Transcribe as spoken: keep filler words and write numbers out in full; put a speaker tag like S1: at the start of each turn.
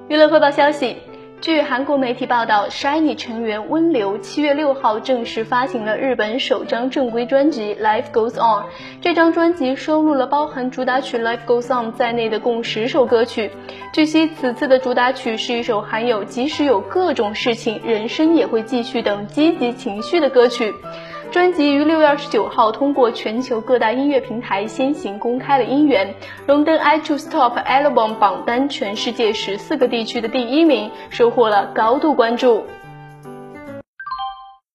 S1: 娱乐快报消息，据韩国媒体报道 ，SHINee 成员温流七月六号正式发行了日本首张正规专辑《Life Goes On》。这张专辑收录了包含主打曲《Life Goes On》在内的共十首歌曲。据悉，此次的主打曲是一首含有即使有各种事情，人生也会继续等积极情绪的歌曲。专辑于六月二十九号通过全球各大音乐平台先行公开了音源，荣登 iTunes Top Album 榜单全世界十四个地区的第一名，收获了高度关注。